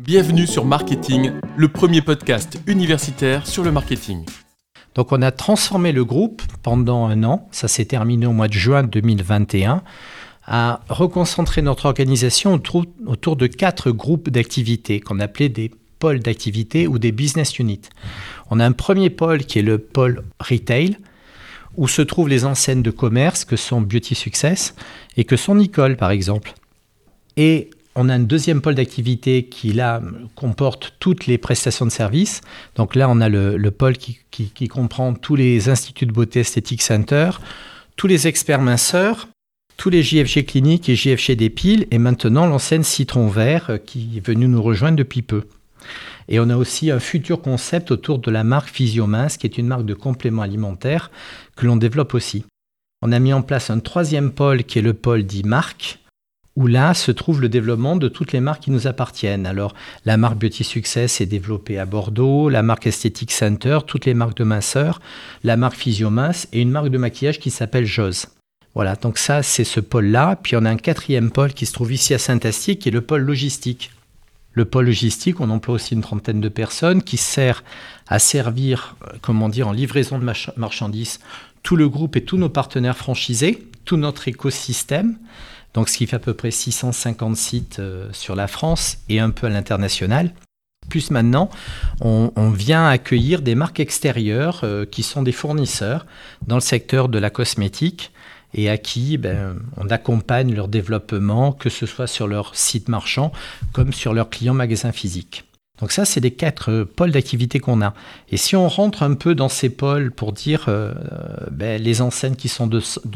Bienvenue sur Marketing, le premier podcast universitaire sur le marketing. Donc on a transformé le groupe pendant un an, ça s'est terminé au mois de juin 2021, à reconcentrer notre organisation autour de 4 groupes d'activités qu'on appelait des pôles d'activité ou des business units. On a un premier pôle qui est le pôle retail, où se trouvent les enseignes de commerce que sont Beauty Success et que sont Nicole par exemple. Et on a un deuxième pôle d'activité qui là comporte toutes les prestations de services. Donc là on a le pôle qui comprend tous les instituts de beauté Aesthetic Center, tous les experts minceurs, tous les JFG cliniques et JFG des piles et maintenant l'enseigne Citron Vert qui est venue nous rejoindre depuis peu. Et on a aussi un futur concept autour de la marque Physiomince, qui est une marque de compléments alimentaires que l'on développe aussi. On a mis en place un troisième pôle qui est le pôle dit marque, où là se trouve le développement de toutes les marques qui nous appartiennent. Alors la marque Beauty Success est développée à Bordeaux, la marque Aesthetic Center, toutes les marques de minceur, la marque Physiomince et une marque de maquillage qui s'appelle Joz. Voilà, donc ça c'est ce pôle-là. Puis on a un quatrième pôle qui se trouve ici à Saint-Astier, qui est le pôle logistique. Le pôle logistique, on emploie aussi une trentaine de personnes qui sert à servir, en livraison de marchandises, tout le groupe et tous nos partenaires franchisés, tout notre écosystème. Donc ce qui fait à peu près 650 sites sur la France et un peu à l'international. Plus maintenant, on vient accueillir des marques extérieures qui sont des fournisseurs dans le secteur de la cosmétique et à qui on accompagne leur développement, que ce soit sur leur site marchand comme sur leurs clients magasins physiques. Donc ça, c'est les 4 pôles d'activité qu'on a. Et si on rentre un peu dans ces pôles pour dire les enseignes qui sont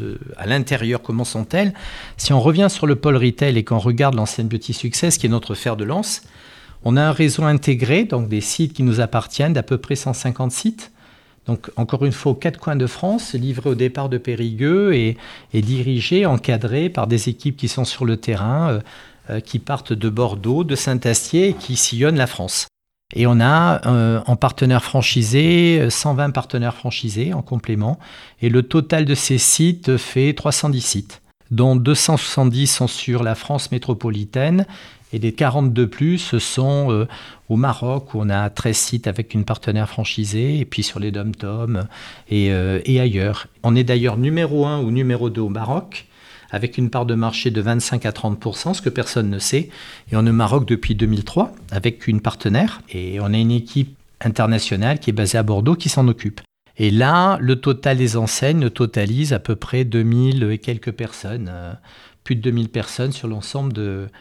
à l'intérieur, comment sont-elles ? Si on revient sur le pôle retail et qu'on regarde l'enseigne Beauty Success, qui est notre fer de lance, on a un réseau intégré, donc des sites qui nous appartiennent, d'à peu près 150 sites. Donc, encore une fois, aux 4 coins de France, livrés au départ de Périgueux et dirigés, encadrés par des équipes qui sont sur le terrain, qui partent de Bordeaux, de Saint-Astier et qui sillonnent la France. Et on a en partenaires franchisés, 120 partenaires franchisés en complément. Et le total de ces sites fait 310 sites, dont 270 sont sur la France métropolitaine. Et les 42 plus sont au Maroc, où on a 13 sites avec une partenaire franchisée, et puis sur les DOM-TOM et ailleurs. On est d'ailleurs numéro 1 ou numéro 2 au Maroc, avec une part de marché de 25 à 30%, ce que personne ne sait. Et on est au Maroc depuis 2003, avec une partenaire. Et on a une équipe internationale qui est basée à Bordeaux, qui s'en occupe. Et là, le total des enseignes totalise à peu près 2000 et quelques personnes, plus de 2000 personnes sur l'ensemble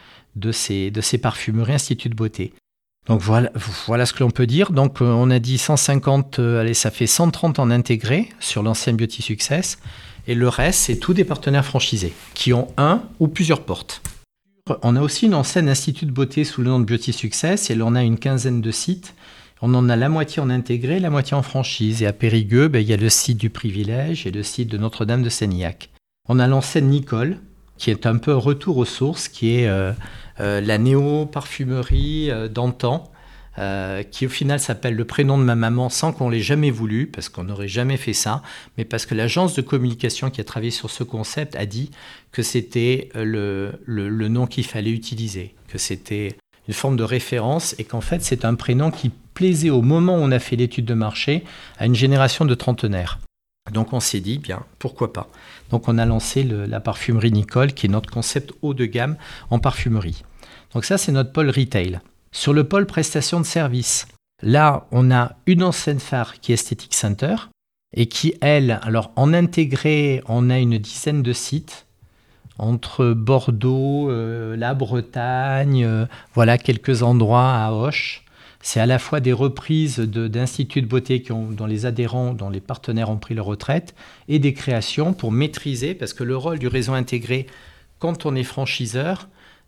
de ces parfumeries instituts de beauté. Donc voilà ce que l'on peut dire. Donc on a dit 150, ça fait 130 en intégré sur l'enseigne Beauty Success. Et le reste, c'est tous des partenaires franchisés qui ont un ou plusieurs portes. On a aussi une enseigne institut de beauté sous le nom de Beauty Success et là on a une quinzaine de sites. On en a la moitié en intégré, la moitié en franchise. Et à Périgueux, il y a le site du Privilège et le site de Notre-Dame de Sénillac. On a l'enseigne Nicole, qui est un peu un retour aux sources, qui est la néo-parfumerie d'antan, qui au final s'appelle le prénom de ma maman sans qu'on l'ait jamais voulu, parce qu'on n'aurait jamais fait ça, mais parce que l'agence de communication qui a travaillé sur ce concept a dit que c'était le nom qu'il fallait utiliser, que c'était une forme de référence et qu'en fait c'est un prénom qui plaisait au moment où on a fait l'étude de marché à une génération de trentenaires. Donc on s'est dit, pourquoi pas. Donc on a lancé la parfumerie Nicole, qui est notre concept haut de gamme en parfumerie. Donc ça, c'est notre pôle retail. Sur le pôle prestation de services, là, on a une enseigne phare qui est Aesthetic Center, et qui, elle, alors en intégré, on a une dizaine de sites, entre Bordeaux, la Bretagne, quelques endroits à Auch. C'est à la fois des reprises d'instituts de beauté dont les adhérents, dont les partenaires ont pris leur retraite, et des créations pour maîtriser, parce que le rôle du réseau intégré, quand on est franchiseur,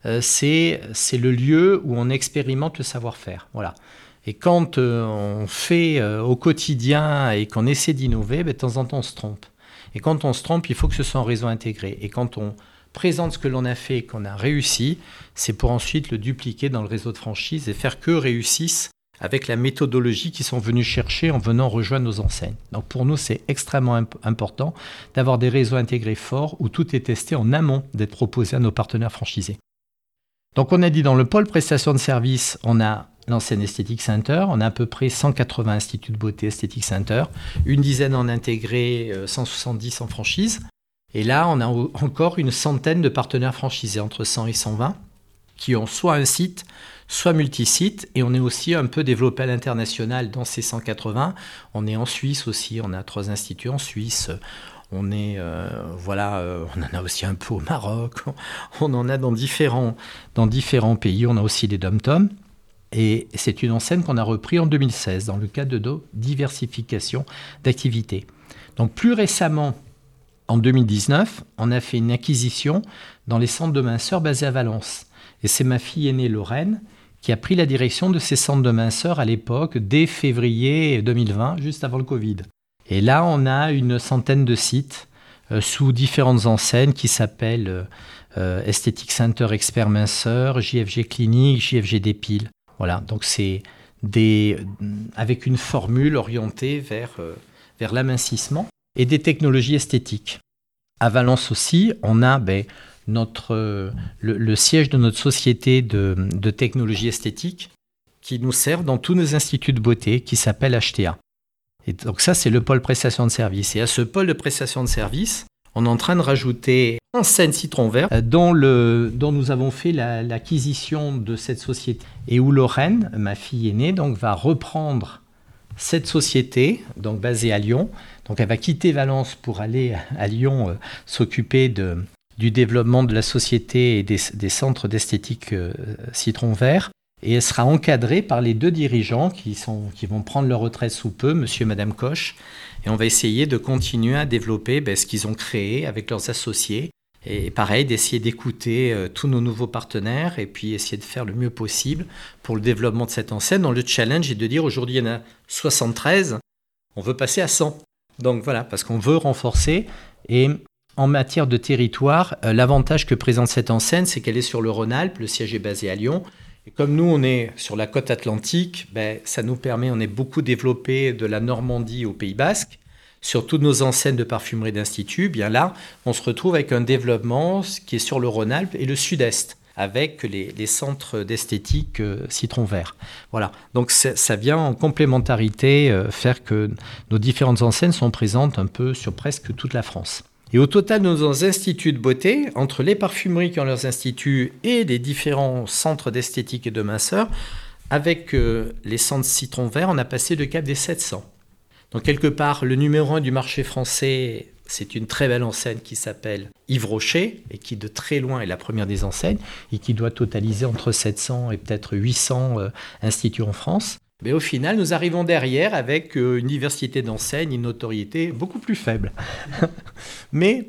c'est le lieu où on expérimente le savoir-faire. Voilà. Et quand on fait au quotidien et qu'on essaie d'innover, de temps en temps on se trompe. Et quand on se trompe, il faut que ce soit un réseau intégré. Et quand on présente ce que l'on a fait et qu'on a réussi, c'est pour ensuite le dupliquer dans le réseau de franchise et faire qu'eux réussissent avec la méthodologie qu'ils sont venus chercher en venant rejoindre nos enseignes. Donc pour nous, c'est extrêmement important d'avoir des réseaux intégrés forts où tout est testé en amont d'être proposé à nos partenaires franchisés. Donc on a dit dans le pôle prestation de services, on a l'enseigne Aesthetic Center, on a à peu près 180 instituts de beauté Aesthetic Center, une dizaine en intégré, 170 en franchise. Et là, on a encore une centaine de partenaires franchisés, entre 100 et 120, qui ont soit un site, soit multi-sites. Et on est aussi un peu développé à l'international dans ces 180. On est en Suisse aussi, on a 3 instituts en Suisse. On est, on en a aussi un peu au Maroc. On en a dans différents pays. On a aussi les dom-toms. Et c'est une enseigne qu'on a repris en 2016 dans le cadre de nos diversifications d'activités. Donc plus récemment, en 2019, on a fait une acquisition dans les centres de minceur basés à Valence. Et c'est ma fille aînée Lorraine qui a pris la direction de ces centres de minceur à l'époque, dès février 2020, juste avant le Covid. Et là, on a une centaine de sites sous différentes enseignes qui s'appellent Aesthetic Center Expert Minceur, JFG Clinique, JFG Dépile. Voilà, donc c'est avec une formule orientée vers l'amincissement et des technologies esthétiques. À Valence aussi, on a le siège de notre société de technologie esthétique qui nous sert dans tous nos instituts de beauté, qui s'appelle HTA. Et donc ça, c'est le pôle prestation de service. Et à ce pôle de prestation de service, on est en train de rajouter Enseigne Citron Vert, dont nous avons fait l'acquisition de cette société. Et où Lorraine, ma fille aînée, donc, va reprendre cette société, donc basée à Lyon. Donc elle va quitter Valence pour aller à Lyon s'occuper du développement de la société et des centres d'esthétique Citron Vert. Et elle sera encadrée par les 2 dirigeants qui vont prendre leur retraite sous peu, monsieur et madame Koch. Et on va essayer de continuer à développer ce qu'ils ont créé avec leurs associés. Et pareil, d'essayer d'écouter tous nos nouveaux partenaires et puis essayer de faire le mieux possible pour le développement de cette enseigne. Dans le challenge est de dire aujourd'hui, il y en a 73, on veut passer à 100. Donc voilà, parce qu'on veut renforcer. Et en matière de territoire, l'avantage que présente cette enseigne, c'est qu'elle est sur le Rhône-Alpes, le siège est basé à Lyon. Et comme nous, on est sur la côte atlantique, ça nous permet, on est beaucoup développé de la Normandie au Pays Basque. Sur toutes nos enseignes de parfumerie d'institut, bien là, on se retrouve avec un développement qui est sur le Rhône-Alpes et le Sud-Est, avec les centres d'esthétique Citron Vert. Voilà, donc ça vient en complémentarité faire que nos différentes enseignes sont présentes un peu sur presque toute la France. Et au total, nos instituts de beauté, entre les parfumeries qui ont leurs instituts et les différents centres d'esthétique et de minceur, avec les centres Citron Vert, on a passé le cap des 700. Donc quelque part, le numéro 1 du marché français, c'est une très belle enseigne qui s'appelle Yves Rocher et qui de très loin est la première des enseignes et qui doit totaliser entre 700 et peut-être 800 instituts en France. Mais au final, nous arrivons derrière avec une diversité d'enseignes, une notoriété beaucoup plus faible. Mais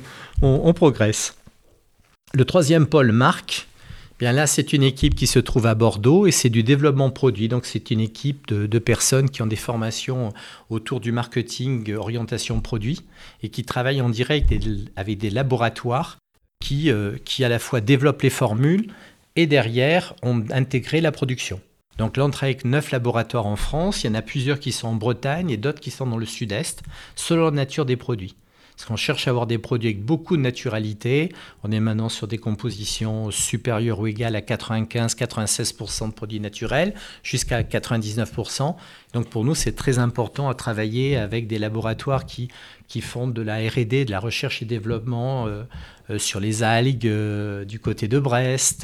on progresse. Le 3e pôle marque. Bien là, c'est une équipe qui se trouve à Bordeaux et c'est du développement produit. Donc, c'est une équipe de personnes qui ont des formations autour du marketing, orientation produit et qui travaillent en direct avec des laboratoires qui à la fois développent les formules et derrière ont intégré la production. Donc là, on travaille avec 9 laboratoires en France. Il y en a plusieurs qui sont en Bretagne et d'autres qui sont dans le Sud-Est, selon la nature des produits. Parce qu'on cherche à avoir des produits avec beaucoup de naturalité. On est maintenant sur des compositions supérieures ou égales à 95-96% de produits naturels, jusqu'à 99%. Donc pour nous, c'est très important à travailler avec des laboratoires qui font de la R&D, de la recherche et développement sur les algues du côté de Brest,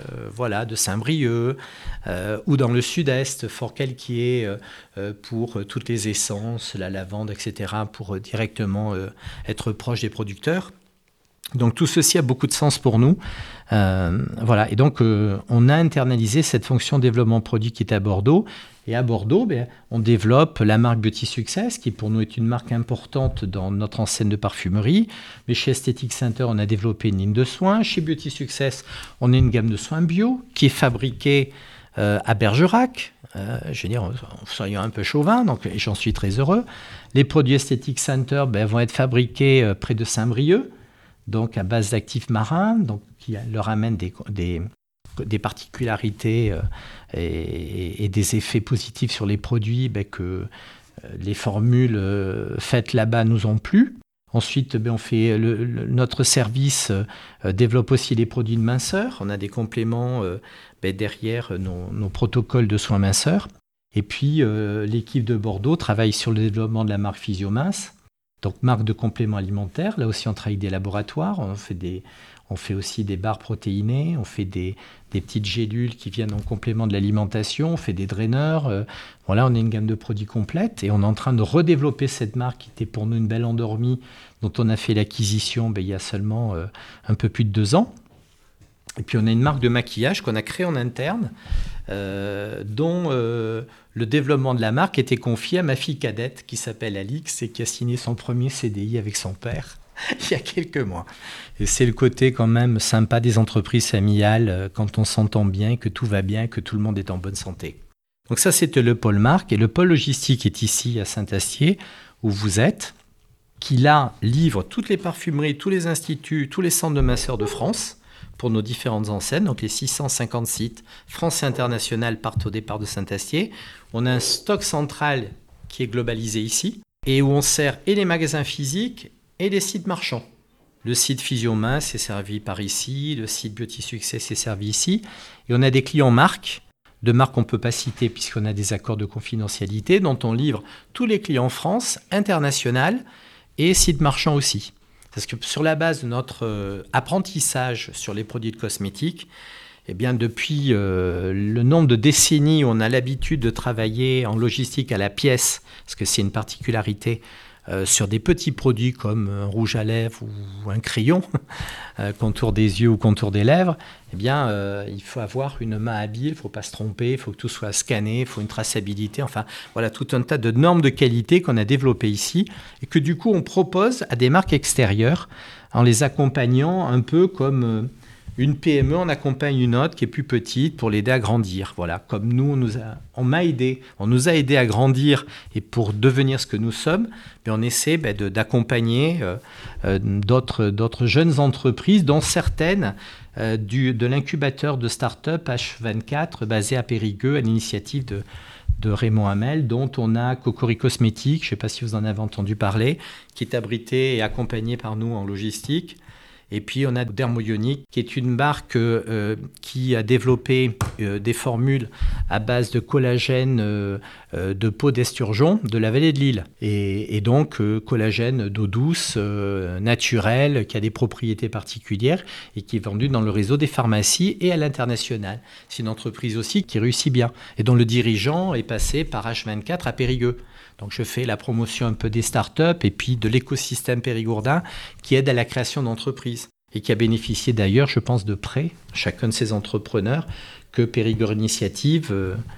de Saint-Brieuc, ou dans le Sud-Est, Fort-Calquier, pour toutes les essences, la lavande, etc., pour directement être proche des producteurs. Donc tout ceci a beaucoup de sens pour nous. Et donc on a internalisé cette fonction développement produit qui est à Bordeaux. Et à Bordeaux, on développe la marque Beauty Success, qui pour nous est une marque importante dans notre enseigne de parfumerie. Mais chez Aesthetic Center, on a développé une ligne de soins. Chez Beauty Success, on a une gamme de soins bio qui est fabriquée à Bergerac. Soyons un peu chauvin, donc j'en suis très heureux. Les produits Aesthetic Center vont être fabriqués près de Saint-Brieuc, donc à base d'actifs marins, donc qui leur amènent des particularités et des effets positifs sur les produits que les formules faites là-bas nous ont plu. Ensuite, on fait notre service développe aussi les produits de minceur. On a des compléments derrière nos protocoles de soins minceurs. Et puis, l'équipe de Bordeaux travaille sur le développement de la marque Physiomince, donc marque de compléments alimentaires. Là aussi, on travaille avec des laboratoires. On fait aussi des barres protéinées. On fait des petites gélules qui viennent en complément de l'alimentation. On fait des draineurs. Voilà, on a une gamme de produits complète. Et on est en train de redévelopper cette marque qui était pour nous une belle endormie, dont on a fait l'acquisition il y a seulement un peu plus de 2 ans. Et puis on a une marque de maquillage qu'on a créée en interne, dont le développement de la marque était confié à ma fille cadette qui s'appelle Alix et qui a signé son premier CDI avec son père il y a quelques mois. Et c'est le côté quand même sympa des entreprises familiales quand on s'entend bien, que tout va bien, que tout le monde est en bonne santé. Donc ça, c'était le pôle marque. Et le pôle logistique est ici à Saint-Astier, où vous êtes, qui là livre toutes les parfumeries, tous les instituts, tous les centres de masseurs de France pour nos différentes enseignes. Donc les 650 sites France et international partent au départ de Saint-Astier. On a un stock central qui est globalisé ici et où on sert et les magasins physiques et les sites marchands. Le site Physiomince est servi par ici, le site Beauty Success est servi ici. Et on a des clients marques, de marques qu'on ne peut pas citer puisqu'on a des accords de confidentialité, dont on livre tous les clients France, international et sites marchands aussi. Parce que sur la base de notre apprentissage sur les produits de cosmétiques, eh bien depuis le nombre de décennies où on a l'habitude de travailler en logistique à la pièce, parce que c'est une particularité, sur des petits produits comme un rouge à lèvres ou un crayon, contour des yeux ou contour des lèvres, eh bien, il faut avoir une main habile, il ne faut pas se tromper, il faut que tout soit scanné, il faut une traçabilité, enfin, voilà, tout un tas de normes de qualité qu'on a développées ici et que du coup, on propose à des marques extérieures en les accompagnant un peu comme une PME, on accompagne une autre qui est plus petite pour l'aider à grandir. Voilà, comme nous, on nous a aidé à grandir et pour devenir ce que nous sommes, on essaie d'accompagner d'autres jeunes entreprises, dont certaines de l'incubateur de start-up H24 basé à Périgueux, à l'initiative de Raymond Hamel, dont on a Cocori Cosmétiques, je ne sais pas si vous en avez entendu parler, qui est abrité et accompagné par nous en logistique. Et puis, on a Dermoionic, qui est une marque qui a développé des formules à base de collagène de peau d'esturgeon de la vallée de Lille. Et donc, collagène d'eau douce, naturelle, qui a des propriétés particulières et qui est vendu dans le réseau des pharmacies et à l'international. C'est une entreprise aussi qui réussit bien et dont le dirigeant est passé par H24 à Périgueux. Donc je fais la promotion un peu des startups et puis de l'écosystème périgourdin qui aide à la création d'entreprises et qui a bénéficié d'ailleurs, je pense, de prêts, chacun de ces entrepreneurs, que Périgord Initiative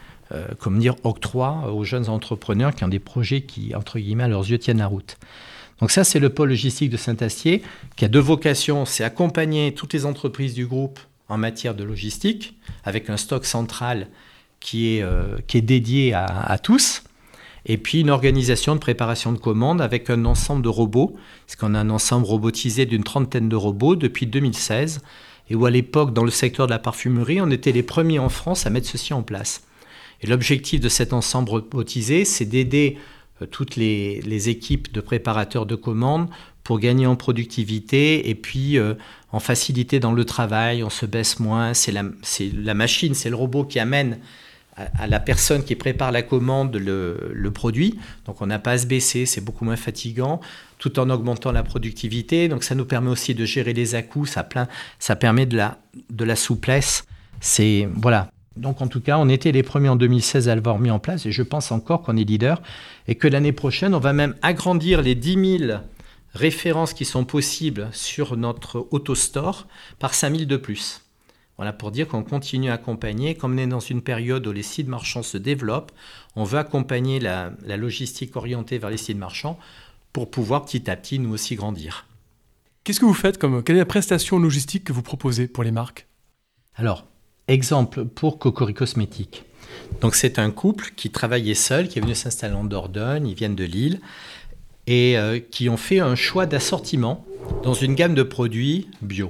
octroie aux jeunes entrepreneurs qui ont des projets qui, entre guillemets, à leurs yeux, tiennent la route. Donc ça, c'est le pôle logistique de Saint-Astier qui a 2 vocations, c'est accompagner toutes les entreprises du groupe en matière de logistique avec un stock central qui est dédié à tous. Et puis une organisation de préparation de commandes avec un ensemble de robots, parce qu'on a un ensemble robotisé d'une 30aine de robots depuis 2016, et où à l'époque, dans le secteur de la parfumerie, on était les premiers en France à mettre ceci en place. Et l'objectif de cet ensemble robotisé, c'est d'aider toutes les équipes de préparateurs de commandes pour gagner en productivité et puis en facilité dans le travail, on se baisse moins, c'est la machine, c'est le robot qui amène à la personne qui prépare la commande le produit. Donc on n'a pas à se baisser, c'est beaucoup moins fatigant, tout en augmentant la productivité. Donc ça nous permet aussi de gérer les à-coups, ça permet de la souplesse. Voilà. Donc en tout cas, on était les premiers en 2016 à l'avoir mis en place et je pense encore qu'on est leader et que l'année prochaine, on va même agrandir les 10 000 références qui sont possibles sur notre AutoStore par 5 000 de plus. Voilà, pour dire qu'on continue à accompagner. Comme on est dans une période où les sites marchands se développent, on veut accompagner la logistique orientée vers les sites marchands pour pouvoir petit à petit nous aussi grandir. Qu'est-ce que vous faites quelle est la prestation logistique que vous proposez pour les marques ? Alors, exemple pour Cocori Cosmétiques. Donc c'est un couple qui travaillait seul, qui est venu s'installer en Dordogne, ils viennent de Lille, et qui ont fait un choix d'assortiment dans une gamme de produits bio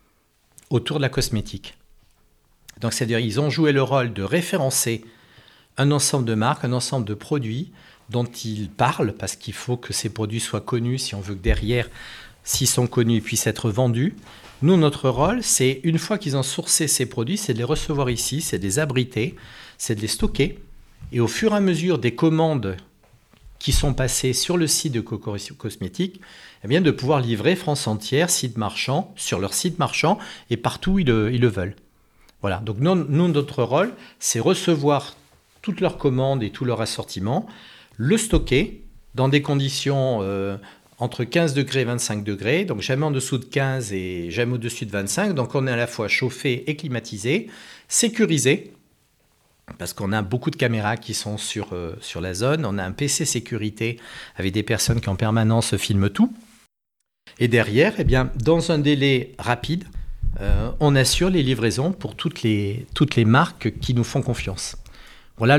autour de la cosmétique. Donc c'est-à-dire ils ont joué le rôle de référencer un ensemble de marques, un ensemble de produits dont ils parlent, parce qu'il faut que ces produits soient connus si on veut que derrière, s'ils sont connus, ils puissent être vendus. Nous, notre rôle, c'est une fois qu'ils ont sourcé ces produits, c'est de les recevoir ici, c'est de les abriter, c'est de les stocker. Et au fur et à mesure des commandes qui sont passées sur le site de Cocorico Cosmétiques, eh bien de pouvoir livrer France entière, site marchand, sur leur site marchand et partout où ils le veulent. Voilà, donc nous, notre rôle, c'est recevoir toutes leurs commandes et tout leur assortiment, le stocker dans des conditions entre 15 degrés et 25 degrés, donc jamais en dessous de 15 et jamais au-dessus de 25. Donc on est à la fois chauffé et climatisé, sécurisé, parce qu'on a beaucoup de caméras qui sont sur la zone. On a un PC sécurité avec des personnes qui en permanence filment tout. Et derrière, eh bien, dans un délai rapide, on assure les livraisons pour toutes les marques qui nous font confiance. Voilà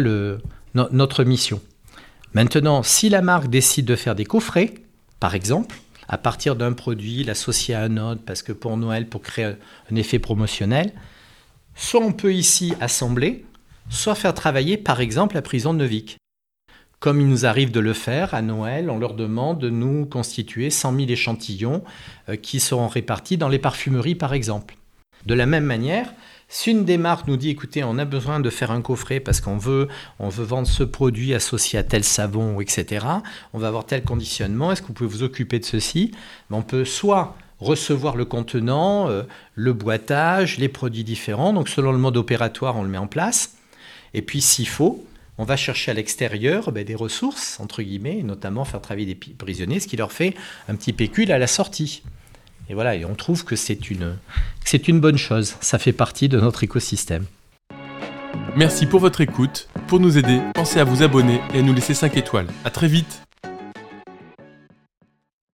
notre mission. Maintenant, si la marque décide de faire des coffrets, par exemple, à partir d'un produit, l'associer à un autre, parce que pour Noël, pour créer un effet promotionnel, soit on peut ici assembler, soit faire travailler, par exemple, la prison de Neuvic. Comme il nous arrive de le faire à Noël, on leur demande de nous constituer 100 000 échantillons qui seront répartis dans les parfumeries, par exemple. De la même manière, si une des marques nous dit « Écoutez, on a besoin de faire un coffret parce qu'on veut vendre ce produit associé à tel savon, etc. On va avoir tel conditionnement. Est-ce que vous pouvez vous occuper de ceci ?» On peut soit recevoir le contenant, le boîtage, les produits différents. Donc, selon le mode opératoire, on le met en place. Et puis, s'il faut, on va chercher à l'extérieur des ressources, entre guillemets, et notamment faire travailler des prisonniers, ce qui leur fait un petit pécule à la sortie. Et voilà, et on trouve que c'est une bonne chose. Ça fait partie de notre écosystème. Merci pour votre écoute. Pour nous aider, pensez à vous abonner et à nous laisser 5 étoiles. À très vite.